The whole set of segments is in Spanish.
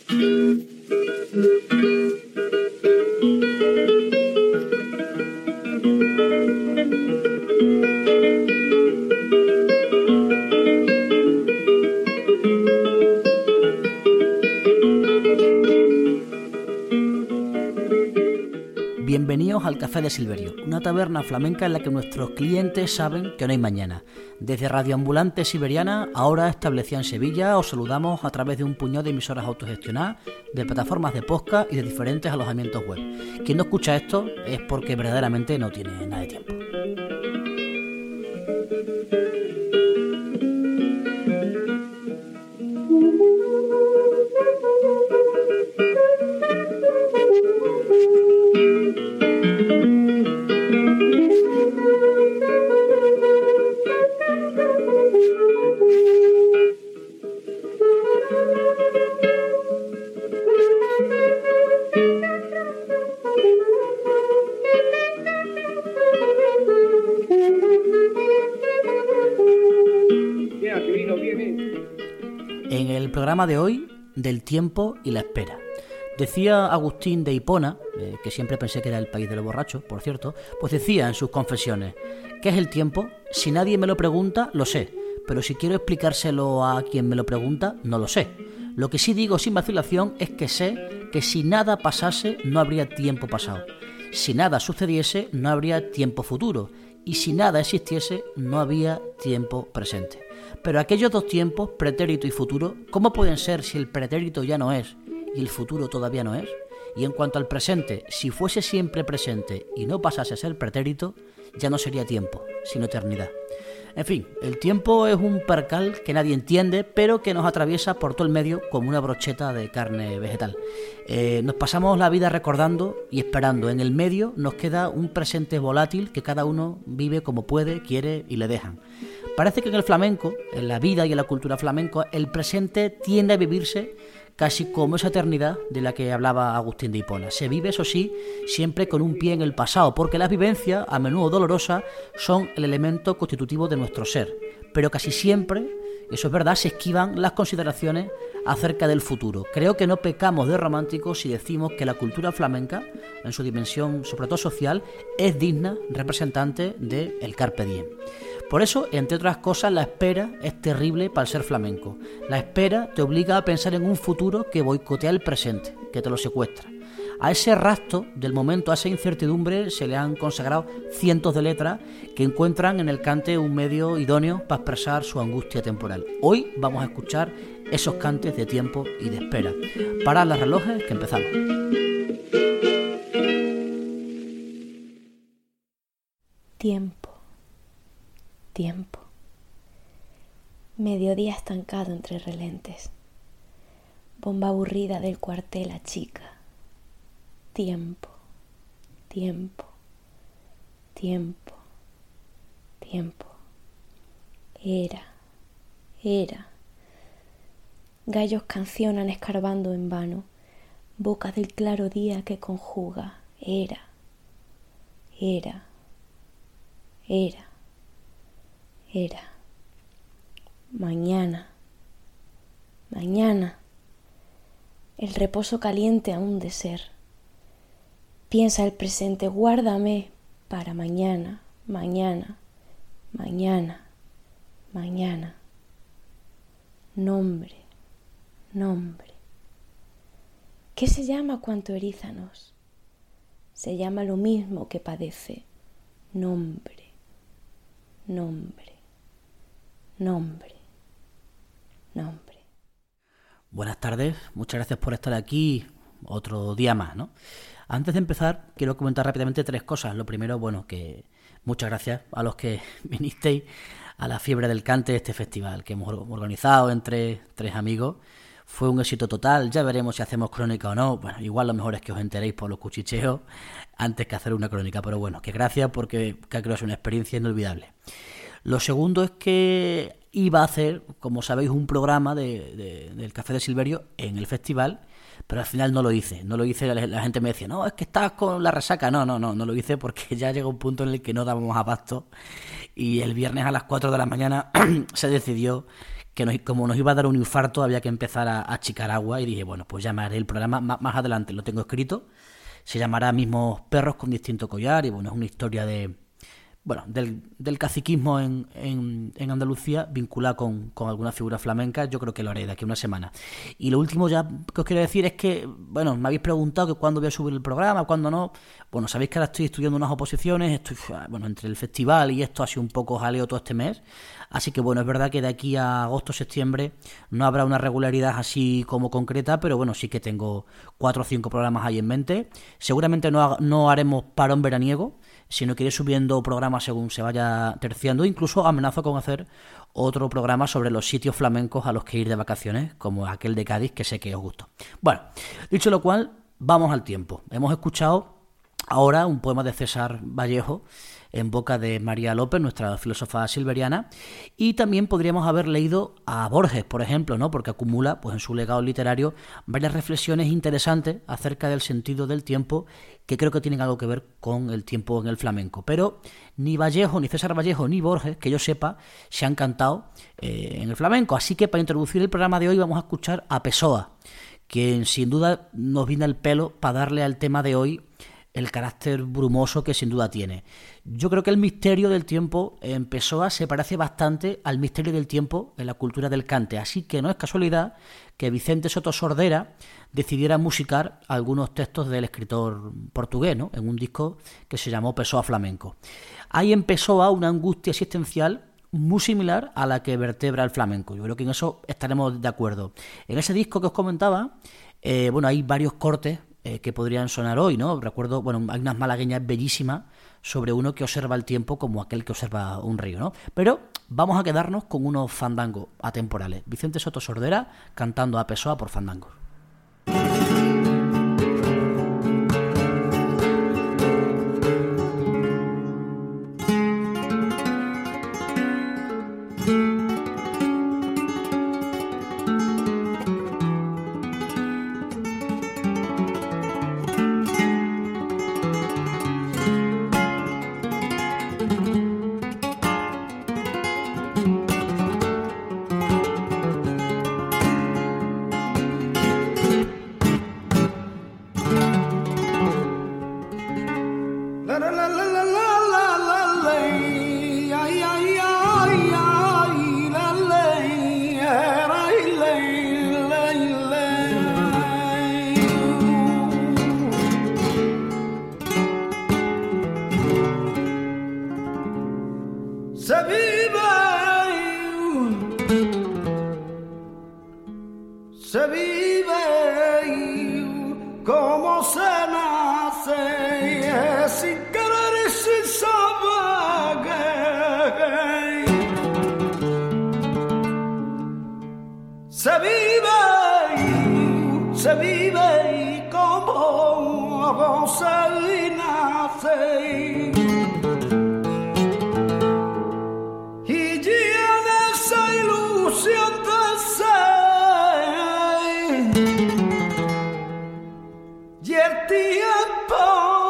Bienvenidos al Café de Silverio, una taberna flamenca en la que nuestros clientes saben que no hay mañana. Desde Radio Ambulante Siberiana, ahora establecida en Sevilla, os saludamos a través de un puñado de emisoras autogestionadas, de plataformas de podcast y de diferentes alojamientos web. Quien no escucha esto es porque verdaderamente no tiene nada de tiempo. En el programa de hoy, del tiempo y la espera. Decía Agustín de Hipona, que siempre pensé que era el país de los borrachos, por cierto, pues decía en sus confesiones: ¿qué es el tiempo? Si nadie me lo pregunta, lo sé, pero si quiero explicárselo a quien me lo pregunta, no lo sé. Lo que sí digo sin vacilación es que sé que si nada pasase, no habría tiempo pasado. Si nada sucediese, no habría tiempo futuro. Y si nada existiese, no había tiempo presente. Pero aquellos dos tiempos, pretérito y futuro, ¿cómo pueden ser si el pretérito ya no es y el futuro todavía no es? Y en cuanto al presente, si fuese siempre presente y no pasase a ser pretérito, ya no sería tiempo, sino eternidad. En fin, el tiempo es un percal que nadie entiende, pero que nos atraviesa por todo el medio como una brocheta de carne vegetal. Nos pasamos la vida recordando y esperando. En el medio nos queda un presente volátil que cada uno vive como puede, quiere y le dejan. Parece que en el flamenco, en la vida y en la cultura flamenca, el presente tiende a vivirse casi como esa eternidad de la que hablaba Agustín de Hipona. Se vive, eso sí, siempre con un pie en el pasado, porque las vivencias, a menudo dolorosas, son el elemento constitutivo de nuestro ser. Pero casi siempre, eso es verdad, se esquivan las consideraciones acerca del futuro. Creo que no pecamos de románticos si decimos que la cultura flamenca, en su dimensión sobre todo social, es digna representante del carpe diem. Por eso, entre otras cosas, la espera es terrible para el ser flamenco. La espera te obliga a pensar en un futuro que boicotea el presente, que te lo secuestra. A ese rastro del momento, a esa incertidumbre, se le han consagrado cientos de letras que encuentran en el cante un medio idóneo para expresar su angustia temporal. Hoy vamos a escuchar esos cantes de tiempo y de espera. Parad los relojes, que empezamos. Tiempo. Tiempo. Mediodía estancado entre relentes. Bomba aburrida del cuartel a chica. Tiempo. Tiempo. Tiempo. Tiempo. Era. Gallos cancionan escarbando en vano. Boca del claro día que conjuga. Era. Mañana. El reposo caliente aún de ser. Piensa el presente, guárdame para mañana. Nombre. ¿Qué se llama cuanto erízanos? Se llama lo mismo que padece. Nombre. Buenas tardes, muchas gracias por estar aquí otro día más, ¿no? Antes de empezar, quiero comentar rápidamente tres cosas. Lo primero, bueno, que muchas gracias a los que vinisteis a la Fiebre del Cante, este festival que hemos organizado entre tres amigos. Fue un éxito total, ya veremos si hacemos crónica o no. Bueno, igual lo mejor es que os enteréis por los cuchicheos antes que hacer una crónica, pero bueno, que gracias porque creo que es una experiencia inolvidable. Lo segundo es que iba a hacer, como sabéis, un programa del Café de Silverio en el festival, pero al final no lo hice. La gente me decía, no, es que estás con la resaca. No lo hice porque ya llegó un punto en el que no dábamos abasto y el viernes a las 4 de la mañana se decidió como nos iba a dar un infarto había que empezar a achicar agua y dije, bueno, pues llamaré el programa más adelante, lo tengo escrito, se llamará Mismos perros con distinto collar y bueno, es una historia del caciquismo en Andalucía vinculada con alguna figura flamenca. Yo creo que lo haré de aquí a una semana. Y lo último ya que os quiero decir es que, bueno, me habéis preguntado que cuándo voy a subir el programa, cuándo no. Bueno, sabéis que ahora estoy estudiando unas oposiciones, entre el festival y esto ha sido un poco jaleo todo este mes. Así que bueno, es verdad que de aquí a agosto, septiembre no habrá una regularidad así como concreta, pero bueno, sí que tengo 4 o 5 programas ahí en mente. Seguramente no haremos parón veraniego, sino que iré subiendo programas según se vaya terciando. Incluso amenazo con hacer otro programa sobre los sitios flamencos a los que ir de vacaciones, como aquel de Cádiz, que sé que os gustó. Bueno, dicho lo cual, vamos al tiempo. Hemos escuchado ahora un poema de César Vallejo en boca de María López, nuestra filósofa silveriana, y también podríamos haber leído a Borges, por ejemplo, ¿no? Porque acumula, pues, en su legado literario varias reflexiones interesantes acerca del sentido del tiempo que creo que tienen algo que ver con el tiempo en el flamenco. Pero ni Vallejo, ni César Vallejo, ni Borges, que yo sepa, se han cantado en el flamenco. Así que para introducir el programa de hoy vamos a escuchar a Pessoa, quien sin duda nos viene al pelo para darle al tema de hoy el carácter brumoso que sin duda tiene. Yo creo que el misterio del tiempo en Pessoa se parece bastante al misterio del tiempo en la cultura del cante, así que no es casualidad que Vicente Soto Sordera decidiera musicar algunos textos del escritor portugués, ¿no? En un disco que se llamó Pessoa Flamenco. Hay en Pessoa una angustia existencial muy similar a la que vertebra el flamenco. Yo creo que en eso estaremos de acuerdo. En ese disco que os comentaba, hay varios cortes que podrían sonar hoy, ¿no? Recuerdo, hay unas malagueñas bellísimas sobre uno que observa el tiempo como aquel que observa un río, ¿no? Pero vamos a quedarnos con unos fandangos atemporales. Vicente Soto Sordera cantando a Pessoa por fandangos. Se vive como se nace, sin querer y sin saber. Se vive como se nace. Y llena esa ilusión de ser. Y el tiempo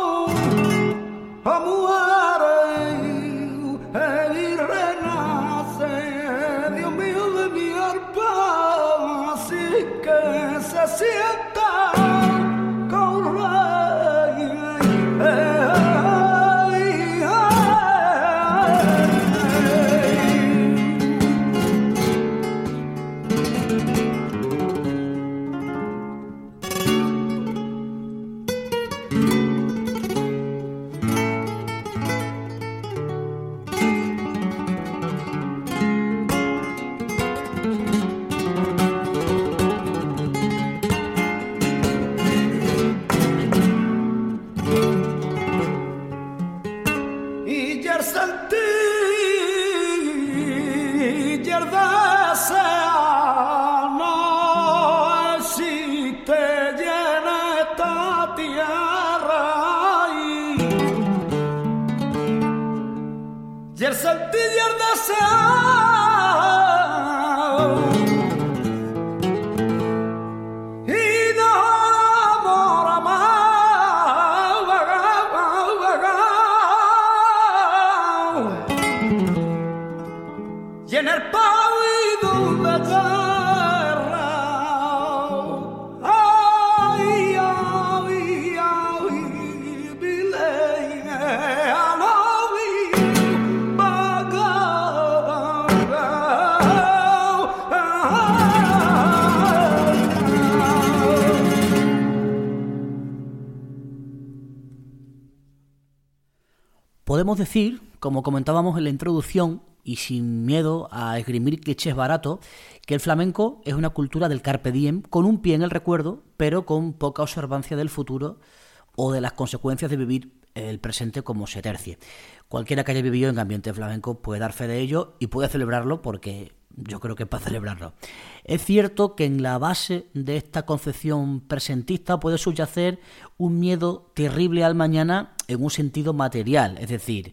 muere y renace, Dios mío de mi alma, así que se sienta con rey. Y el sentir el deseo y no amor y en el país donde Podemos decir, como comentábamos en la introducción, y sin miedo a esgrimir clichés baratos, que el flamenco es una cultura del carpe diem, con un pie en el recuerdo, pero con poca observancia del futuro o de las consecuencias de vivir el presente como se tercie. Cualquiera que haya vivido en ambiente flamenco puede dar fe de ello y puede celebrarlo, porque yo creo que es para celebrarlo. Es cierto que en la base de esta concepción presentista puede subyacer un miedo terrible al mañana en un sentido material, es decir,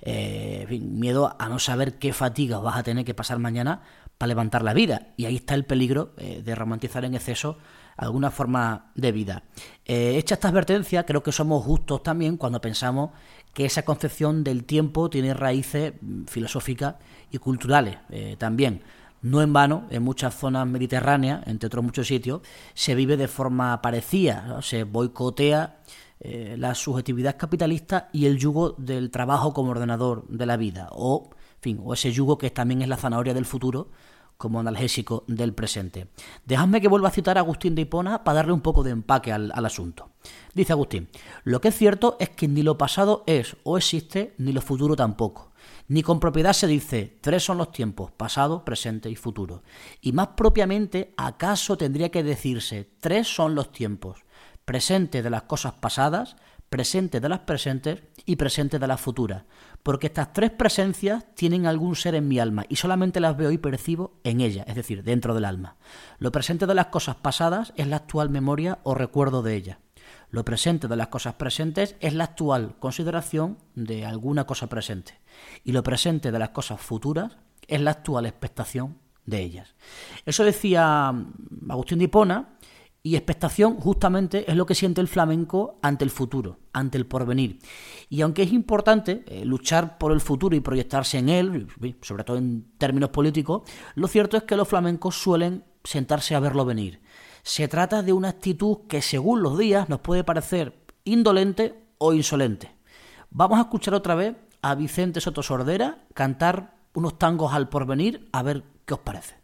miedo a no saber qué fatiga vas a tener que pasar mañana para levantar la vida, y ahí está el peligro de romantizar en exceso alguna forma de vida. Hecha esta advertencia, creo que somos justos también cuando pensamos que esa concepción del tiempo tiene raíces filosóficas y culturales también. No en vano, en muchas zonas mediterráneas, entre otros muchos sitios, se vive de forma parecida, ¿no? Se boicotea la subjetividad capitalista y el yugo del trabajo como ordenador de la vida, o ese yugo que también es la zanahoria del futuro como analgésico del presente. Dejadme que vuelva a citar a Agustín de Hipona para darle un poco de empaque al asunto. Dice Agustín: lo que es cierto es que ni lo pasado es o existe, ni lo futuro tampoco. Ni con propiedad se dice: 3 son los tiempos, pasado, presente y futuro. Y más propiamente, ¿acaso tendría que decirse 3 son los tiempos? Presente de las cosas pasadas, presente de las presentes y presente de las futuras, porque estas 3 presencias tienen algún ser en mi alma y solamente las veo y percibo en ella, es decir, dentro del alma. Lo presente de las cosas pasadas es la actual memoria o recuerdo de ellas. Lo presente de las cosas presentes es la actual consideración de alguna cosa presente. Y lo presente de las cosas futuras es la actual expectación de ellas. Eso decía Agustín de Hipona. Y expectación justamente es lo que siente el flamenco ante el futuro, ante el porvenir. Y aunque es importante luchar por el futuro y proyectarse en él, sobre todo en términos políticos, lo cierto es que los flamencos suelen sentarse a verlo venir. Se trata de una actitud que según los días nos puede parecer indolente o insolente. Vamos a escuchar otra vez a Vicente Soto Sordera cantar unos tangos al porvenir, a ver qué os parece.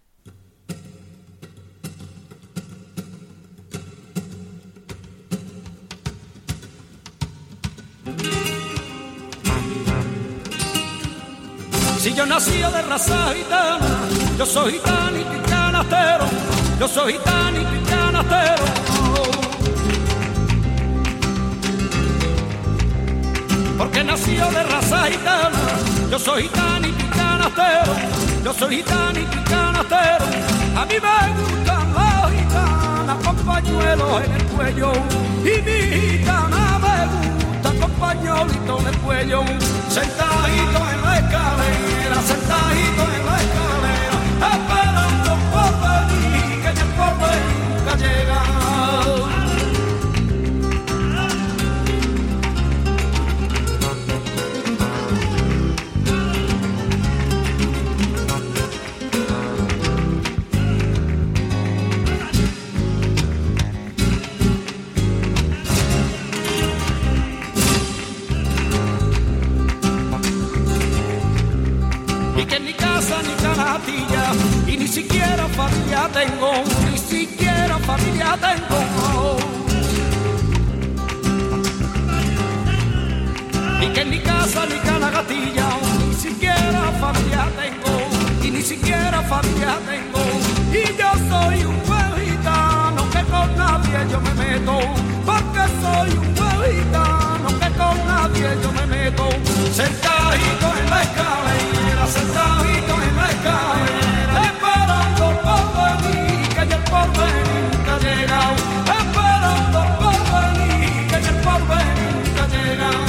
Si yo nací de raza gitana, yo soy gitanito y canastero, yo soy gitanito y canastero. Porque nací de raza gitana, yo soy gitanito y canastero, yo soy gitanito y canastero. A mí me gustan las gitanas con pañuelos en el cuello, y mi gitana me gusta con pañuelitos en el cuello, sentadito en la escalera, sentadito en la escalera, esperando por venir, que el porvenir nunca llega. Y ni siquiera familia tengo, ni siquiera familia tengo. Y que en mi casa ni canagatilla, ni siquiera familia tengo, y ni siquiera familia tengo. Y yo soy un buen gitano que con nadie yo me meto, porque soy un buen gitano que con nadie yo me meto. Sentadito en la escalera, sentadito en la escalera, esperando por venir, que el porvenir nunca llega. Esperando por venir, que el porvenir nunca llega.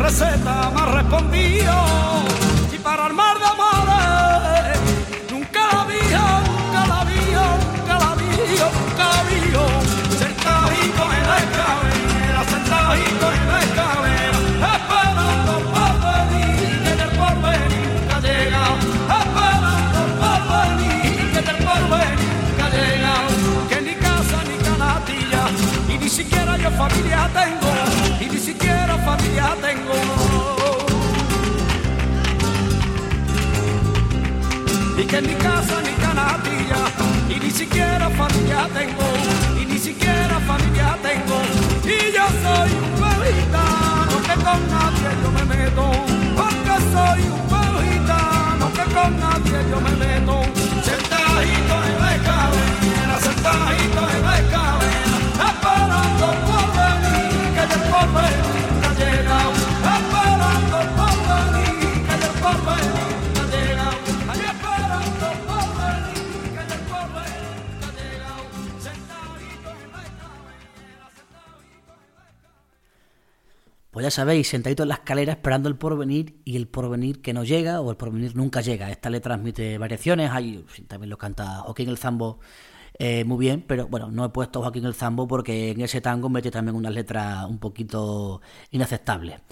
receta me ha respondido. Y para el mar de amores, nunca la vi, nunca la vi, nunca la vi, nunca la vi. Sentadito en la escalera, sentadito en la escalera, esperando por venir, que del porvenir nunca llega. Esperando por venir, que del porvenir nunca llega. Que ni casa ni canastilla, y ni siquiera yo familia tengo, y ni siquiera familia tengo. Y que ni casa ni canastilla, y ni siquiera familia tengo, y ni siquiera familia tengo. Y yo soy un buen gitano que con nadie yo me meto, porque soy un buen gitano que con nadie yo me meto. Sentadito en la escalera, sentadito en la escalera, esperando por venir, que el porvenir nunca llega. Esperando por venir, que el porvenir nunca llega. Ay, esperando por venir, que el porvenir nunca llega. Sentadito en la escalera, sentadito en la escalera. Pues ya sabéis, sentadito en la escalera esperando el porvenir, y el porvenir que no llega o el porvenir nunca llega. Esta letra transmite variaciones, también lo canta Joaquín el Zambo muy bien, pero bueno, no he puesto Joaquín el Zambo porque en ese tango mete también unas letras un poquito inaceptables.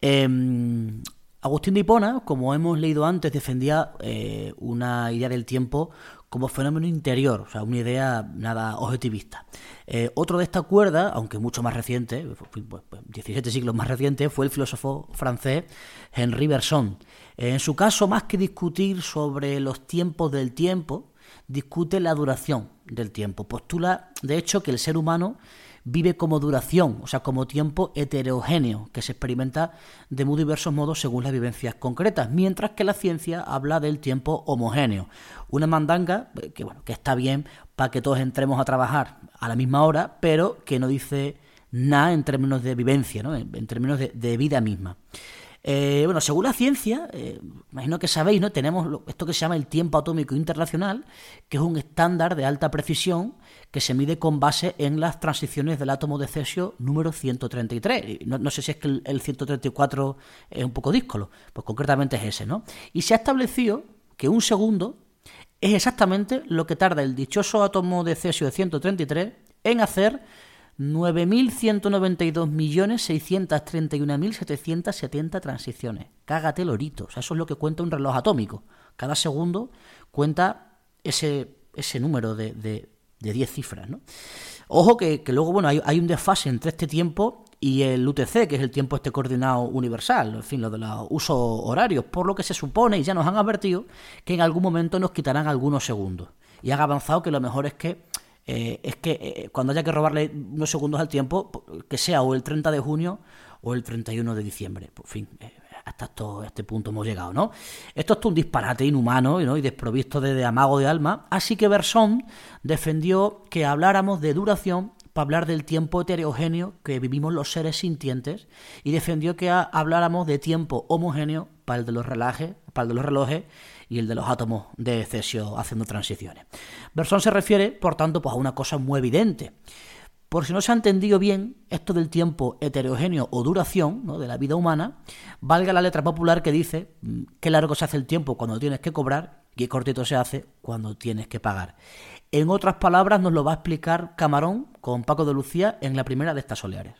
Agustín de Hipona, como hemos leído antes, defendía una idea del tiempo como fenómeno interior, o sea, una idea nada objetivista. Otro de esta cuerda, aunque mucho más reciente, 17 siglos más reciente, fue el filósofo francés Henri Bergson. En su caso, más que discutir sobre los tiempos del tiempo, discute la duración del tiempo. Postula, de hecho, que el ser humano vive como duración, o sea, como tiempo heterogéneo, que se experimenta de muy diversos modos según las vivencias concretas, mientras que la ciencia habla del tiempo homogéneo. Una mandanga que está bien para que todos entremos a trabajar a la misma hora, pero que no dice nada en términos de vivencia, ¿no? En términos de vida misma. Según la ciencia, imagino que sabéis, ¿no? Tenemos esto que se llama el tiempo atómico internacional, que es un estándar de alta precisión que se mide con base en las transiciones del átomo de cesio número 133. No sé si es que el 134 es un poco díscolo, pues concretamente es ese, ¿no? Y se ha establecido que un segundo es exactamente lo que tarda el dichoso átomo de cesio de 133 en hacer 9.192.631.770 transiciones. Cágate lorito. O sea, eso es lo que cuenta un reloj atómico. Cada segundo cuenta ese número de 10 cifras, ¿no? Ojo que luego, bueno, hay un desfase entre este tiempo y el UTC, que es el tiempo coordinado universal, en fin, lo de los usos horarios, por lo que se supone, y ya nos han advertido, que en algún momento nos quitarán algunos segundos. Y han avanzado que lo mejor es que cuando haya que robarle unos segundos al tiempo, que sea o el 30 de junio o el 31 de diciembre. Por fin, hasta este punto hemos llegado, ¿no? Esto es un disparate inhumano, ¿no? Y desprovisto de amago de alma. Así que Bergson defendió que habláramos de duración para hablar del tiempo heterogéneo que vivimos los seres sintientes, y defendió que habláramos de tiempo homogéneo para el de los relojes y el de los átomos de cesio haciendo transiciones. Bergson se refiere, por tanto, pues a una cosa muy evidente. Por si no se ha entendido bien esto del tiempo heterogéneo o duración, ¿no?, de la vida humana, valga la letra popular que dice qué largo se hace el tiempo cuando tienes que cobrar y qué cortito se hace cuando tienes que pagar. En otras palabras, nos lo va a explicar Camarón con Paco de Lucía en la primera de estas soleares.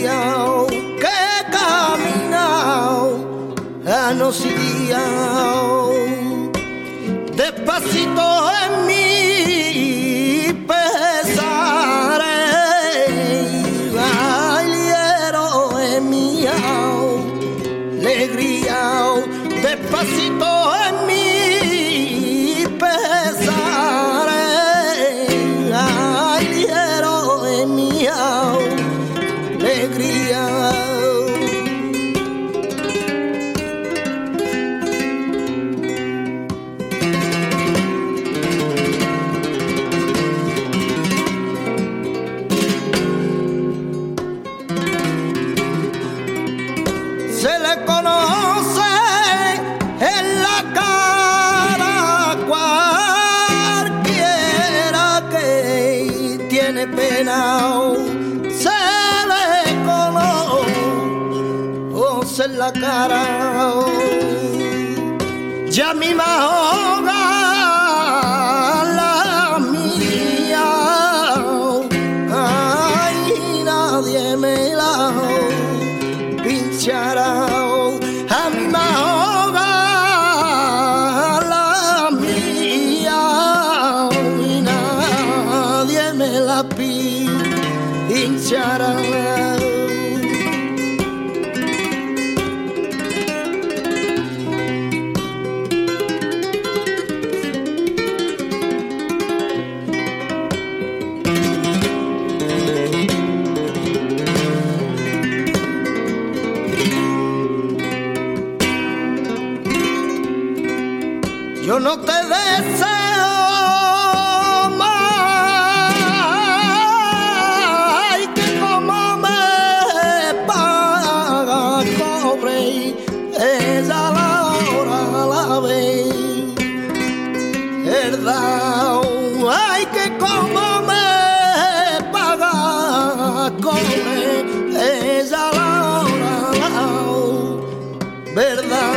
caminado, que he caminado años y días, despacito en mi pesar, bailero en mi alegría, despacito en mi pesar, bailero en mi alegría. Se le conoce en la cara cualquiera que tiene pena, se le conoce en la cara. Ya mi mahoga la mía, ay, nadie me la pinchará, a mi mahoga la mía, y nadie me la pinchará. Yo no te deseo más, ay, que como me paga cobre, ella la hora la ve, verdad, ay, que como me paga cobre, ella la hora la verdad.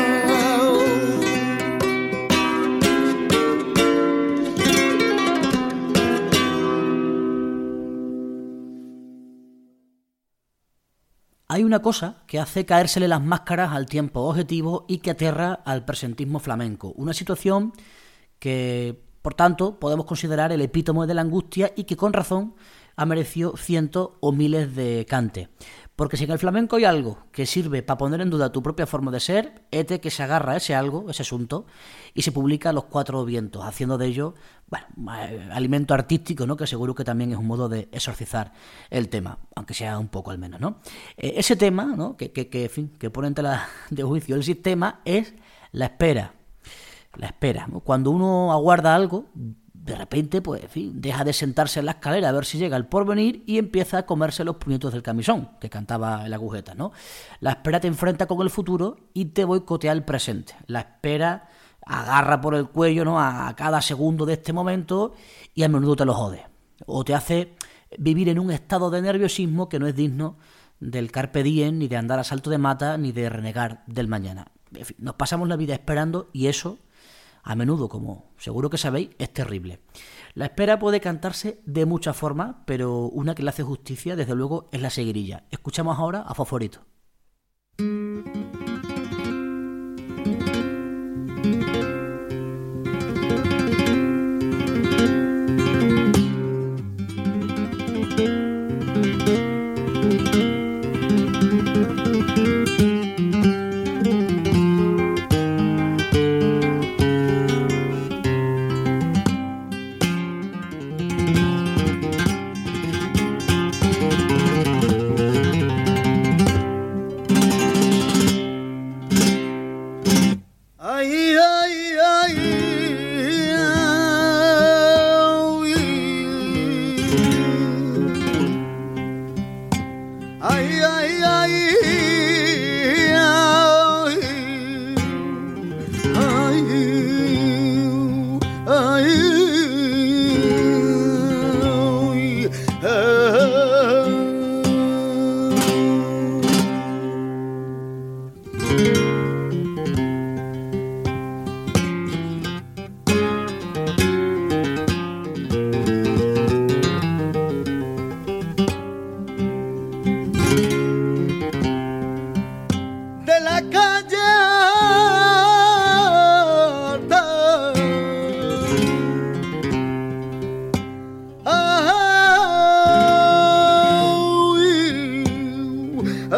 Hay una cosa que hace caérsele las máscaras al tiempo objetivo y que aterra al presentismo flamenco. Una situación que, por tanto, podemos considerar el epítome de la angustia y que con razón ha merecido cientos o miles de cantes. Porque si en el flamenco hay algo que sirve para poner en duda tu propia forma de ser, este que se agarra a ese algo, ese asunto, y se publica a los cuatro vientos, haciendo de ello, bueno, alimento artístico, ¿no? Que seguro que también es un modo de exorcizar el tema, aunque sea un poco al menos, ¿no? Ese tema, ¿no? Que en fin, que pone en tela de juicio el sistema es la espera. La espera, ¿no? Cuando uno aguarda algo, de repente, pues, en fin, deja de sentarse en la escalera a ver si llega el porvenir y empieza a comerse los puñetos del camisón, que cantaba el agujeta, ¿no? La espera te enfrenta con el futuro y te boicotea el presente. La espera agarra por el cuello, ¿no? A cada segundo de este momento y a menudo te lo jode. O te hace vivir en un estado de nerviosismo que no es digno del carpe diem, ni de andar a salto de mata, ni de renegar del mañana. En fin, nos pasamos la vida esperando y eso, a menudo, como seguro que sabéis, es terrible. La espera puede cantarse de muchas formas, pero una que le hace justicia, desde luego, es la seguirilla. Escuchamos ahora a Fosforito.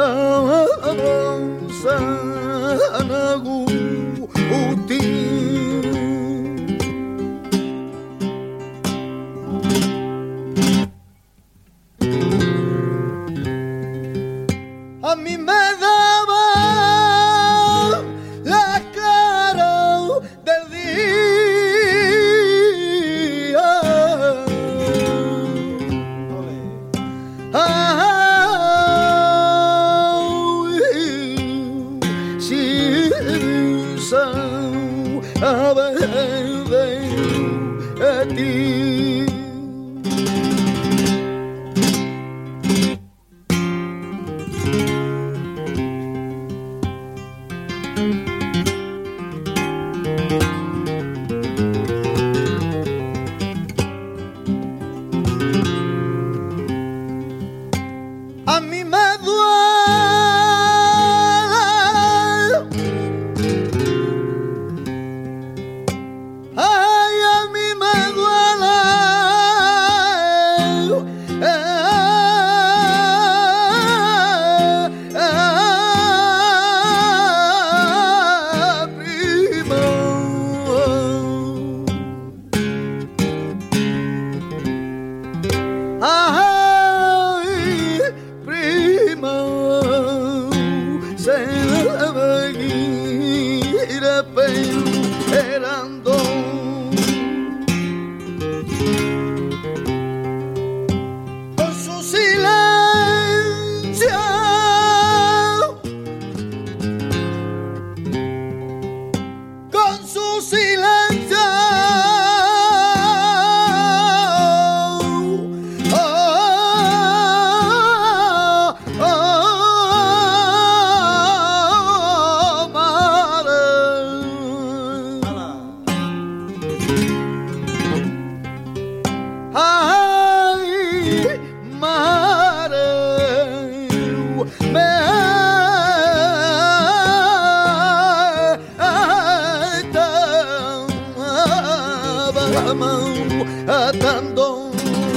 San Agustín. A mí me daba la cara del día. Sin saber de ti. A mí me duele, ay, a mí me duele, prima. Se debe ir esperando. Con su silencio, con su silencio. Ay, madre, me estaba atando.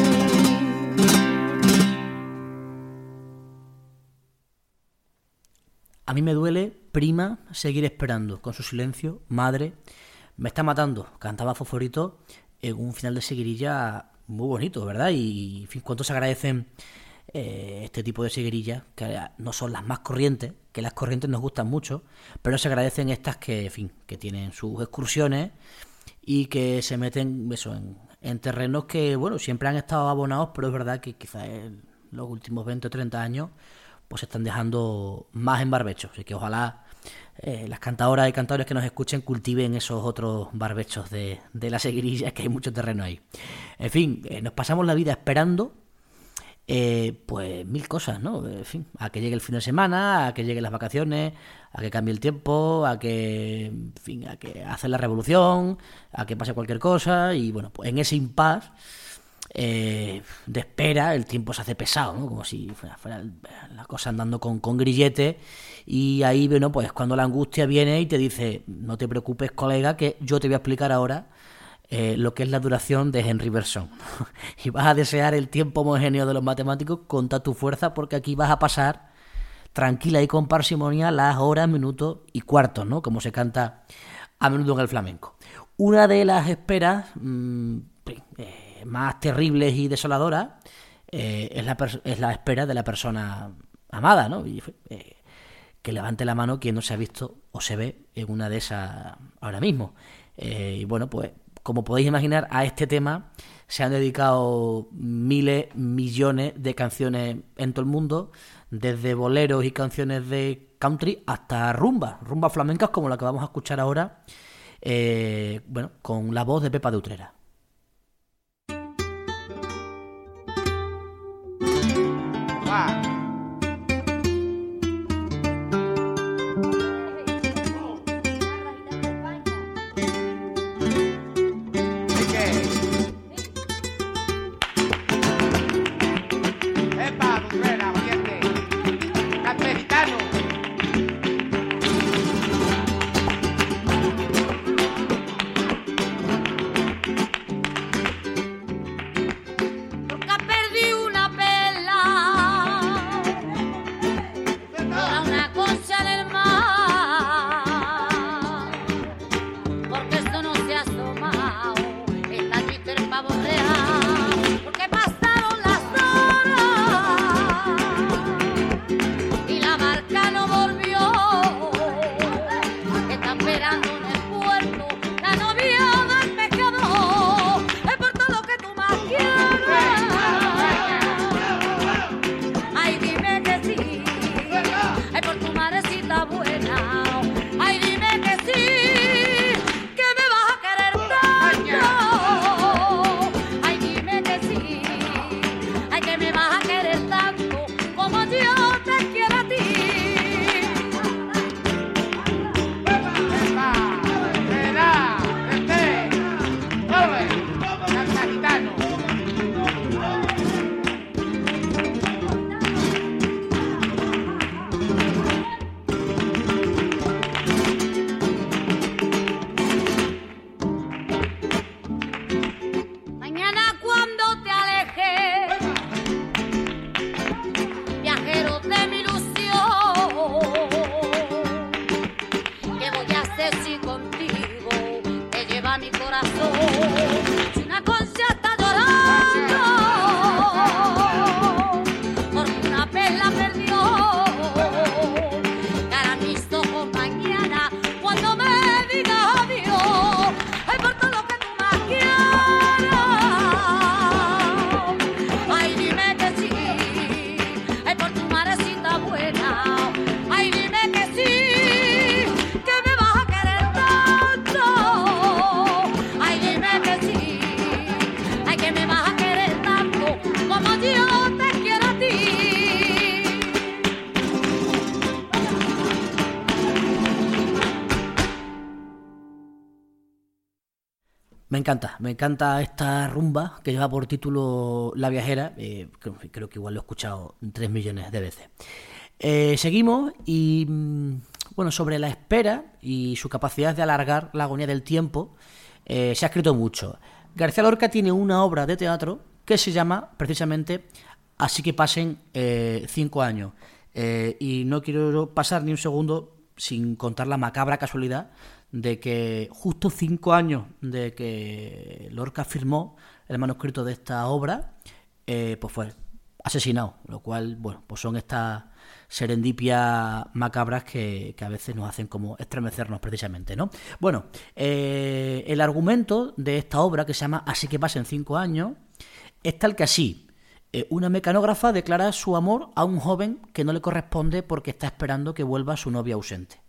A mí me duele, prima, seguir esperando. Con su silencio, madre, me está matando. Cantaba Fosforito en un final de seguirilla muy bonito, ¿verdad? Y, en fin, cuánto se agradecen este tipo de seguirillas, que no son las más corrientes, que las corrientes nos gustan mucho, pero se agradecen estas que, en fin, que tienen sus excursiones y que se meten eso, en terrenos que, bueno, siempre han estado abonados, pero es verdad que quizás en los últimos 20 o 30 años pues se están dejando más en barbecho. Así que ojalá las cantadoras y cantadores que nos escuchen cultiven esos otros barbechos de la seguirilla, que hay mucho terreno ahí. En fin, nos pasamos la vida esperando pues mil cosas, ¿no? En fin, a que llegue el fin de semana, a que lleguen las vacaciones, a que cambie el tiempo, a que, en fin, a que hace la revolución, a que pase cualquier cosa. Y bueno, pues en ese impasse de espera el tiempo se hace pesado, ¿no? Como si fuera la cosa andando con grillete. Y ahí, bueno, pues cuando la angustia viene y te dice: no te preocupes, colega, que yo te voy a explicar ahora lo que es la duración de Henri Bergson. Y vas a desear el tiempo homogéneo de los matemáticos con toda tu fuerza, porque aquí vas a pasar tranquila y con parsimonia las horas, minutos y cuartos, ¿no? Como se canta a menudo en el flamenco. Una de las esperas más terribles y desoladoras es la espera de la persona amada, ¿no? Y, que levante la mano quien no se ha visto o se ve en una de esas ahora mismo. Y bueno, pues como podéis imaginar, a este tema se han dedicado miles, millones de canciones en todo el mundo, desde boleros y canciones de country hasta rumbas flamencas como la que vamos a escuchar ahora, bueno, con la voz de Pepa de Utrera. Me encanta esta rumba que lleva por título La Viajera. Creo que igual lo he escuchado 3 millones de veces. Seguimos y, bueno, sobre la espera y su capacidad de alargar la agonía del tiempo, se ha escrito mucho. García Lorca tiene una obra de teatro que se llama precisamente Así que pasen 5 años. Y no quiero pasar ni un segundo sin contar la macabra casualidad de que justo 5 años de que Lorca firmó el manuscrito de esta obra, pues fue asesinado, lo cual, bueno, pues son estas serendipias macabras que a veces nos hacen como estremecernos precisamente, ¿no? Bueno, el argumento de esta obra, que se llama Así que pasen 5 años, es tal que así. Una mecanógrafa declara su amor a un joven que no le corresponde porque está esperando que vuelva su novia ausente.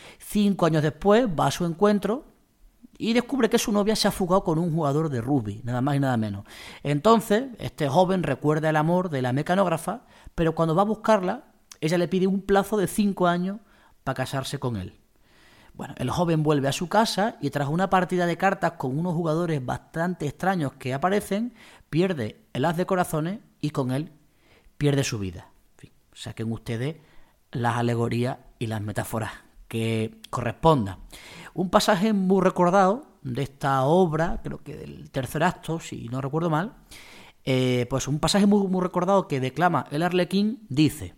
5 años después va a su encuentro y descubre que su novia se ha fugado con un jugador de rugby, nada más y nada menos. Entonces, este joven recuerda el amor de la mecanógrafa, pero cuando va a buscarla, ella le pide un plazo de 5 años para casarse con él. Bueno, el joven vuelve a su casa y tras una partida de cartas con unos jugadores bastante extraños que aparecen, pierde el as de corazones y con él pierde su vida. En fin, saquen ustedes las alegorías y las metáforas que correspondan. Un pasaje muy recordado de esta obra, creo que del tercer acto, si no recuerdo mal, pues un pasaje muy recordado que declama el Arlequín, dice: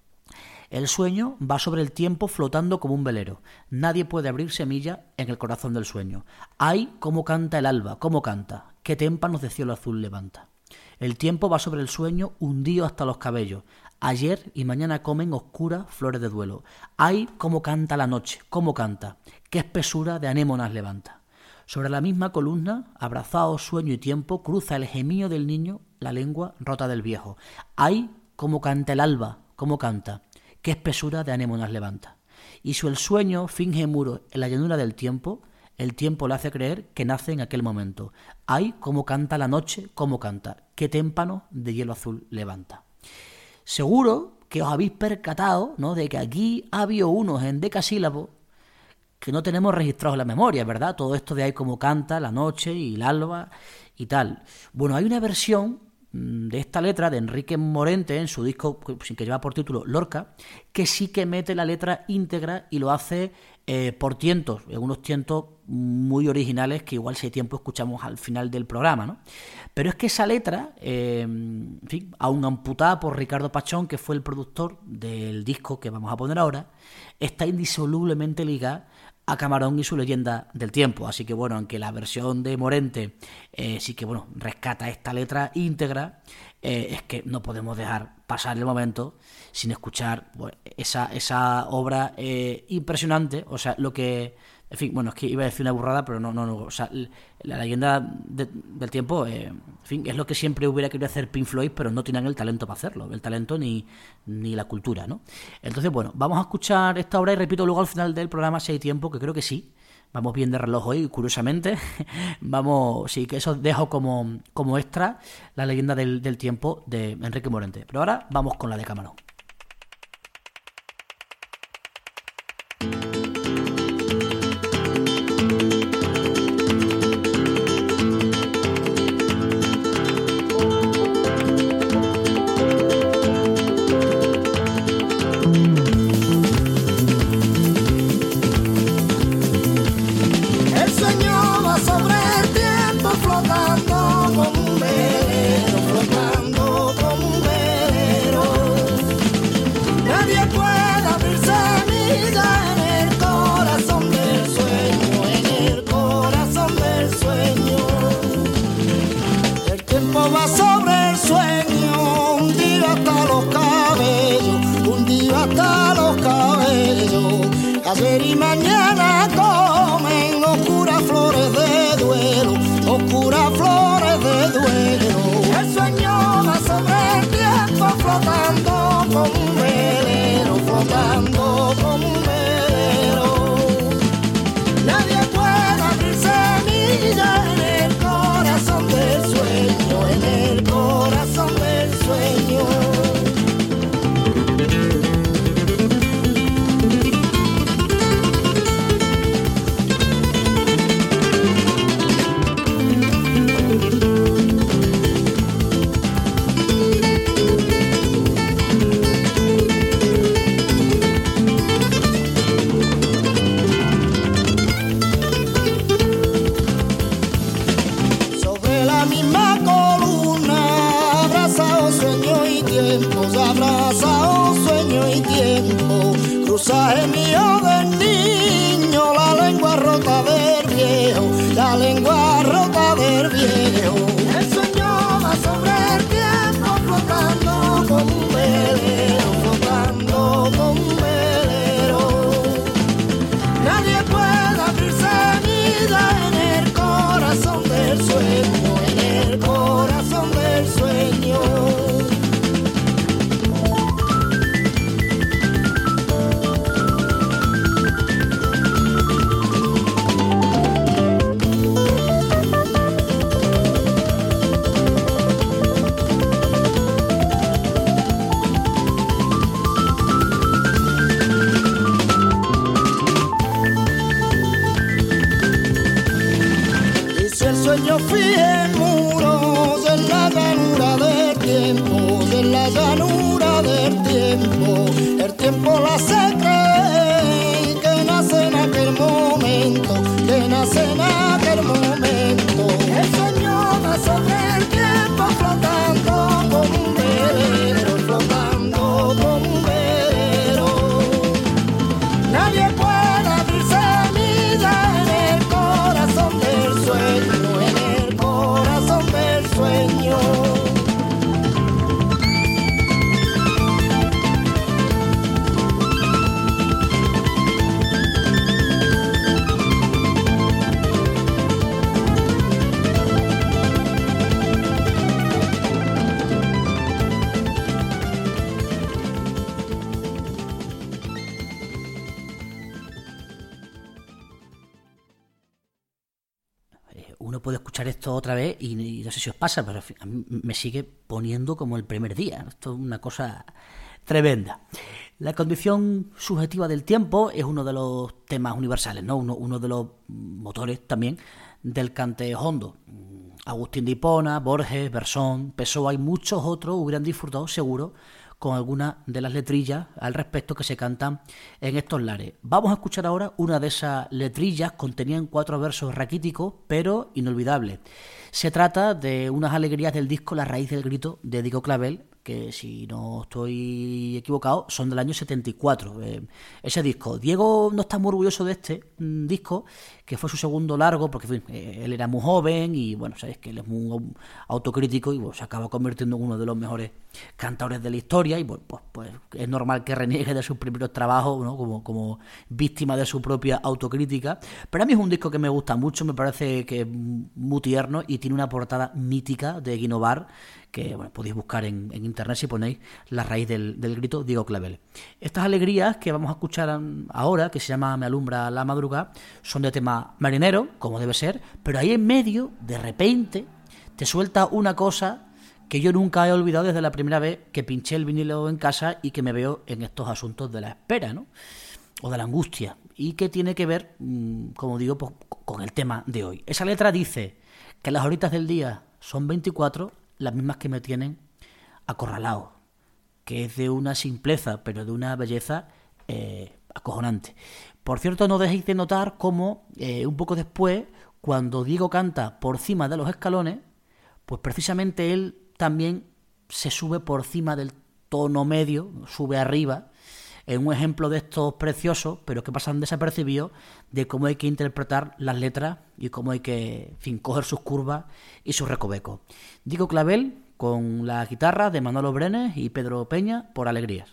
el sueño va sobre el tiempo flotando como un velero. Nadie puede abrir semilla en el corazón del sueño. ¡Ay, cómo canta el alba! ¡Cómo canta! ¡Qué témpanos de cielo azul levanta! El tiempo va sobre el sueño hundido hasta los cabellos. Ayer y mañana comen oscuras flores de duelo. ¡Ay, cómo canta la noche! ¡Cómo canta! ¡Qué espesura de anémonas levanta! Sobre la misma columna, abrazados sueño y tiempo, cruza el gemío del niño, la lengua rota del viejo. ¡Ay, cómo canta el alba! ¡Cómo canta! Qué espesura de anémonas levanta. Y si el sueño finge muro en la llanura del tiempo, el tiempo le hace creer que nace en aquel momento. ¡Ay, cómo canta la noche! ¡Cómo canta! ¡Qué témpano de hielo azul levanta! Seguro que os habéis percatado, ¿no?, de que aquí ha habido unos en decasílabos que no tenemos registrados en la memoria, ¿verdad? Todo esto de ahí cómo canta la noche y el alba y tal. Bueno, hay una versión de esta letra de Enrique Morente en su disco que lleva por título Lorca, que sí que mete la letra íntegra y lo hace por tientos, unos tientos muy originales que igual si hay tiempo escuchamos al final del programa, ¿no? Pero es que esa letra, en fin, aún amputada por Ricardo Pachón, que fue el productor del disco que vamos a poner ahora, está indisolublemente ligada a Camarón y su leyenda del tiempo. Así que bueno, aunque la versión de Morente sí que bueno rescata esta letra íntegra, es que no podemos dejar pasar el momento sin escuchar, bueno, esa obra impresionante. O sea, lo que, en fin, bueno, es que iba a decir una burrada, pero no, o sea, la leyenda del tiempo, en fin, es lo que siempre hubiera querido hacer Pink Floyd, pero no tienen el talento para hacerlo, el talento ni la cultura, ¿no? Entonces, bueno, vamos a escuchar esta obra y repito luego al final del programa si hay tiempo, que creo que sí. Vamos bien de reloj hoy, curiosamente. Vamos, sí, que eso dejo como extra la leyenda del tiempo de Enrique Morente. Pero ahora vamos con la de Camarón. Ayer y mañana comen oscuras flores de duelo, oscuras flores de duelo. El sueño va sobre el tiempo flotando como un velero, flotando como un velero. Nadie puede abrir semilla en el corazón del sueño, en el corazón del sueño. tiempo, cruzaje mío del niño, la lengua rota del viejo, la lengua rota del viejo. El sueño va sobre el tiempo, flotando como un velero, flotando como un velero. Nadie puede abrirse vida en el corazón del sueño, en el corazón del sueño. Yo fui en muros en la llanura del tiempo, en la llanura del tiempo. El tiempo la hace creer que nace en aquel momento, que nace en aquel momento. El sueño va sobre el tiempo, flotando como un velero, flotando como un velero. Nadie puede abrirse vida en el corazón del sueño. Sueño. Uno puede escuchar esto otra vez y no sé si os pasa, pero a mí me sigue poniendo como el primer día. Esto es una cosa tremenda. La condición subjetiva del tiempo es uno de los temas universales, ¿no? Uno de los motores también del cante hondo. Agustín de Hipona, Borges, Bersón, Pessoa y muchos otros hubieran disfrutado seguro con algunas de las letrillas al respecto que se cantan en estos lares. Vamos a escuchar ahora una de esas letrillas, contenían 4 versos raquíticos, pero inolvidables. Se trata de unas alegrías del disco La raíz del grito de Diego Clavel, que si no estoy equivocado son del año 74. Ese disco, Diego no está muy orgulloso de este disco, que fue su segundo largo, porque él era muy joven y bueno, sabéis que él es muy autocrítico y bueno, se acaba convirtiendo en uno de los mejores cantadores de la historia y bueno, pues es normal que reniegue de sus primeros trabajos, ¿no? como víctima de su propia autocrítica. Pero a mí es un disco que me gusta mucho, me parece que es muy tierno y tiene una portada mítica de Guinovar, que bueno, podéis buscar en internet si ponéis La raíz del grito Diego Clavel. Estas alegrías que vamos a escuchar ahora, que se llama Me alumbra la madrugada, son de tema marinero, como debe ser, pero ahí en medio, de repente, te suelta una cosa que yo nunca he olvidado desde la primera vez que pinché el vinilo en casa y que me veo en estos asuntos de la espera, ¿no? O de la angustia, y que tiene que ver, como digo, pues, con el tema de hoy. Esa letra dice que las horitas del día son 24, las mismas que me tienen acorralado, que es de una simpleza, pero de una belleza acojonante. Por cierto, no dejéis de notar cómo un poco después, cuando Diego canta por cima de los escalones, pues precisamente él también se sube por cima del tono medio, sube arriba, en un ejemplo de estos preciosos, pero que pasan desapercibidos, de cómo hay que interpretar las letras y cómo hay que, en fin, coger sus curvas y sus recovecos. Diego Clavel con la guitarra de Manolo Brenes y Pedro Peña por Alegrías.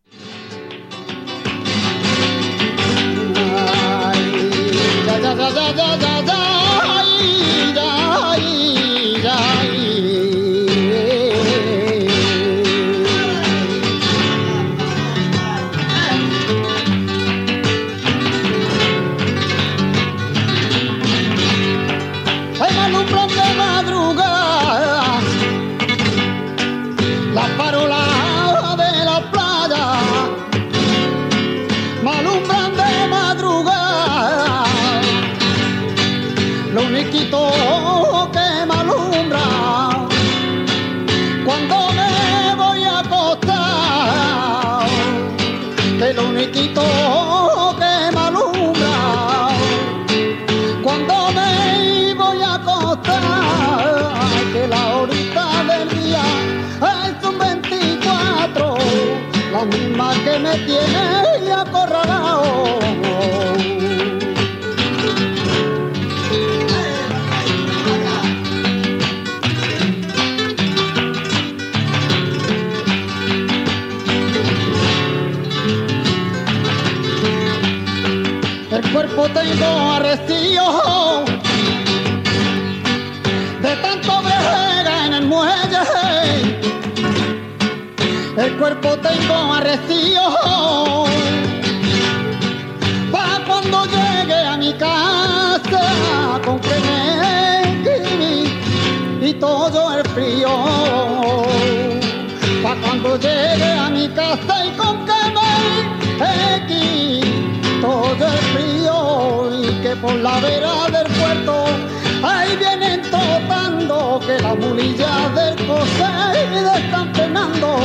Que me alumbra cuando me voy a acostar, que lo único que me alumbra cuando me voy a acostar, que la horita del día es un 24, la misma que me tiene acorralado. El cuerpo tengo arrestillo de tanto brega en el muelle. El cuerpo tengo arrestillo para cuando llegue a mi casa con que me y todo el frío. Para cuando llegue a mi casa y con que me todo el frío y que por la vera del puerto ahí vienen topando que las mulillas del José están penando.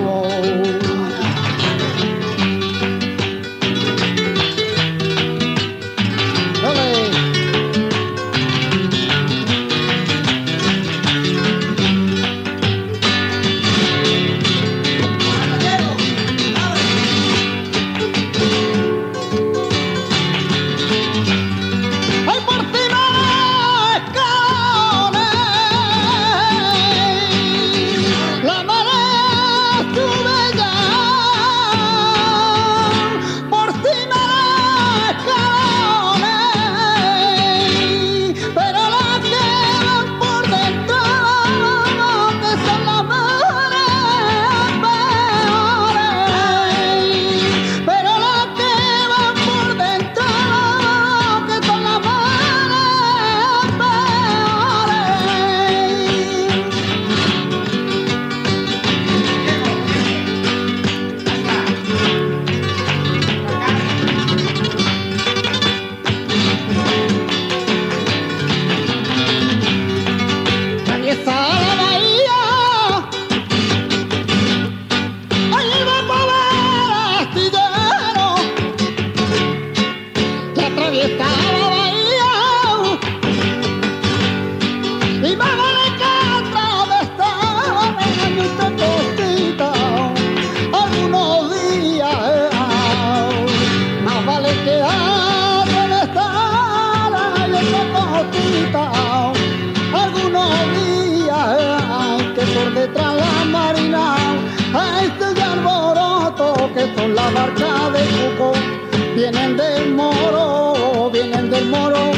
La barca de Cuco vienen del Moro, que vienen del Moro,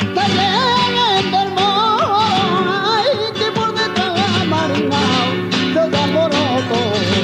ay, que por detrás la marina se alboroto.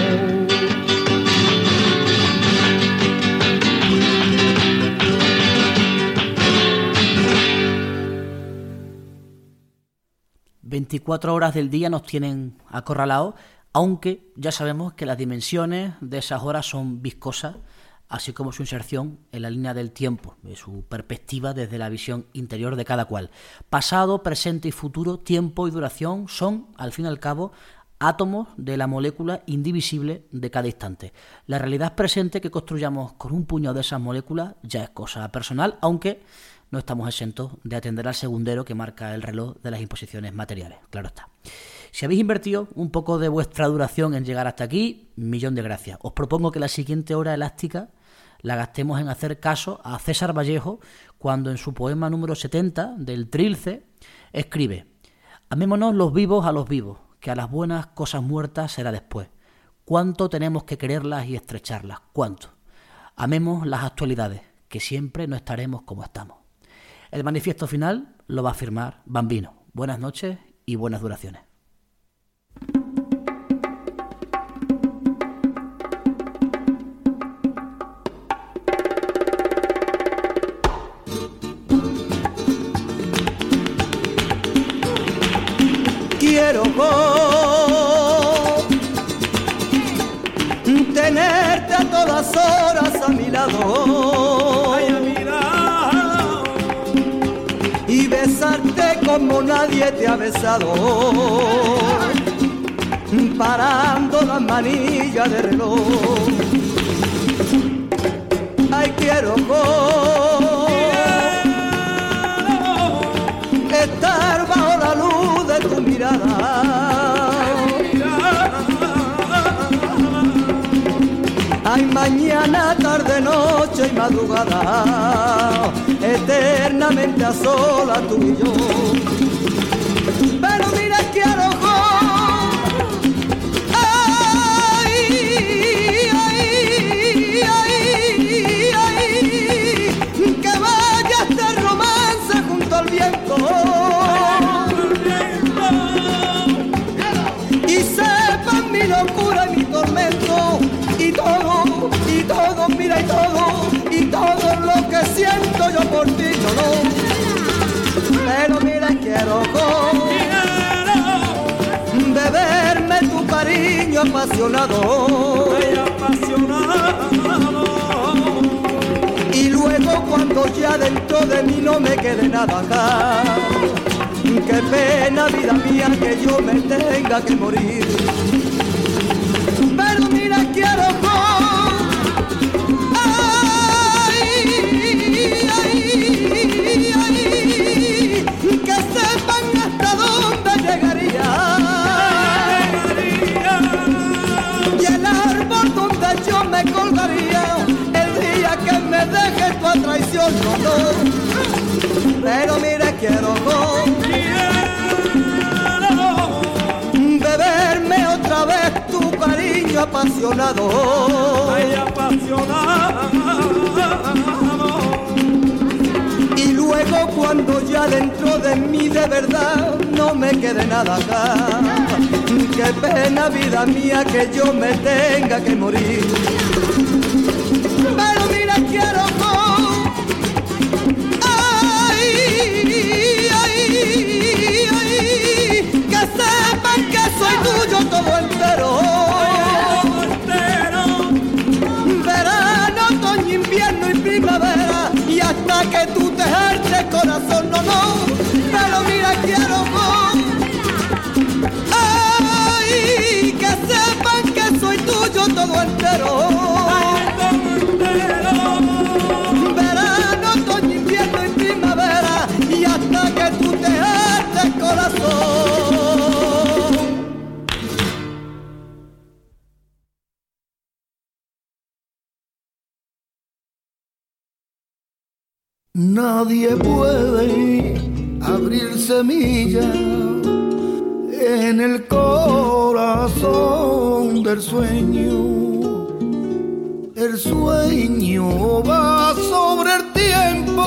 ...24 horas del día nos tienen acorralados, aunque ya sabemos que las dimensiones de esas horas son viscosas, así como su inserción en la línea del tiempo, de su perspectiva desde la visión interior de cada cual. Pasado, presente y futuro, tiempo y duración son, al fin y al cabo, átomos de la molécula indivisible de cada instante. La realidad presente que construyamos con un puñado de esas moléculas ya es cosa personal, aunque no estamos exentos de atender al segundero que marca el reloj de las imposiciones materiales, claro está. Si habéis invertido un poco de vuestra duración en llegar hasta aquí, millón de gracias. Os propongo que la siguiente hora elástica la gastemos en hacer caso a César Vallejo cuando en su poema número 70 del Trilce escribe: amémonos los vivos a los vivos, que a las buenas cosas muertas será después. Cuánto tenemos que quererlas y estrecharlas, cuánto. Amemos las actualidades, que siempre no estaremos como estamos. El manifiesto final lo va a firmar Bambino. Buenas noches y buenas duraciones. Quiero tenerte a todas horas a mi lado, ay, a mi lado, y besarte como nadie te ha besado, parando las manillas de reloj. Ay, quiero estar bajo la luz de tu mirada. Ay, mañana, tarde, de noche y madrugada, eternamente a solas tú y yo. Pero mira que a los que vaya este romance junto al viento y sepan mi locura y mi tormento y todo, mira y todo lo que siento yo por ti, no. Pero mira, quiero beberme tu cariño apasionado. Y luego cuando ya dentro de mí no me quede nada acá, qué pena, vida mía, que yo me tenga que morir. Pero mira, quiero que sepan hasta dónde llegaría y el árbol donde yo me colgaría el día que me dejes tu traición, no. Pero mira, quiero beberme otra vez tu cariño apasionado. Ay, apasionado. Y luego cuando ya dentro de mí de verdad no me quede nada acá, qué pena, vida mía, que yo me tenga que morir. Pero mira, quiero que sepan que soy tuyo todo entero. Verano, otoño, invierno y primavera, y hasta que tú te hartes, corazón, no. Pero mira, quiero que sepan que soy tuyo todo entero. Verano, otoño, invierno y primavera, y hasta que tú te hartes, corazón. Nadie puede abrir semilla en el corazón del sueño. El sueño va sobre el tiempo,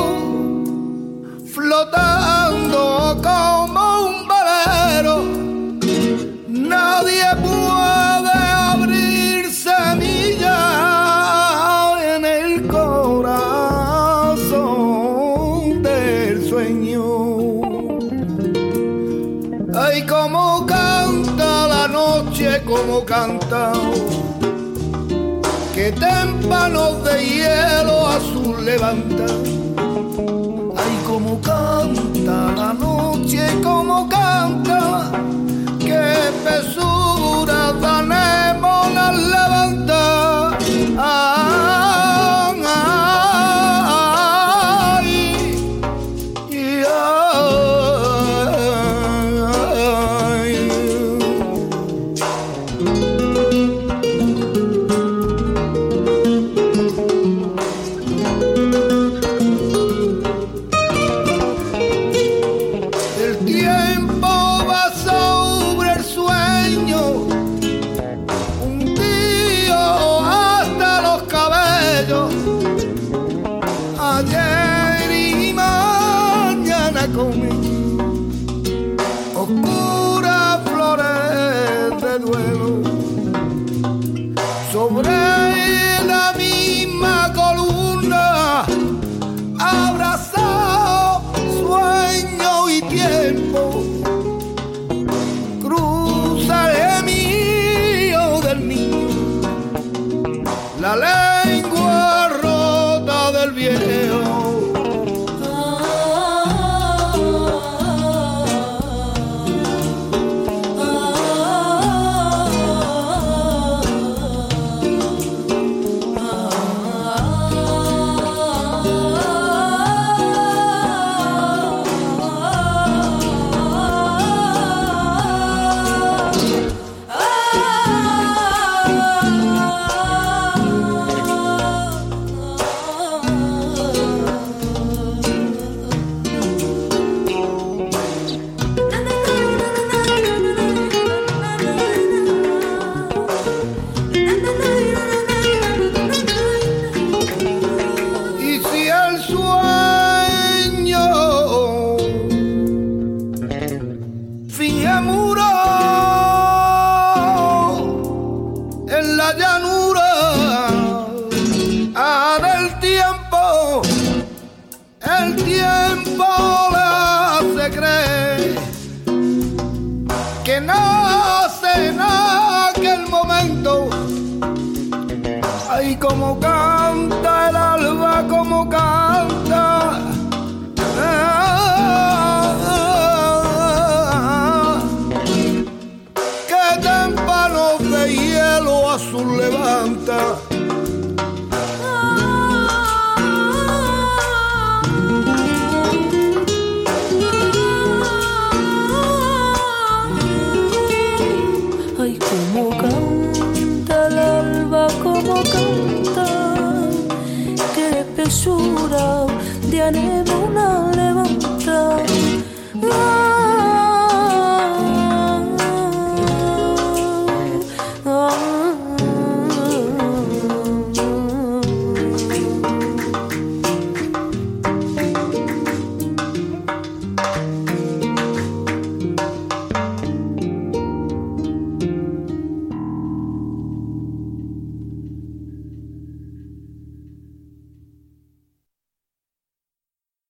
flotando como un velero. Nadie puede abrir semilla en el corazón del sueño. Ay, cómo canta la noche, cómo canta, que témpanos de hielo azul levanta. Ay, cómo canta la noche, cómo canta, que pesuras de anémonas levanta. como canta el alba, como canta. Que témpanos de hielo azul levanta. Ay, como canta el alba, como canta, qué espesura de anémona levanta.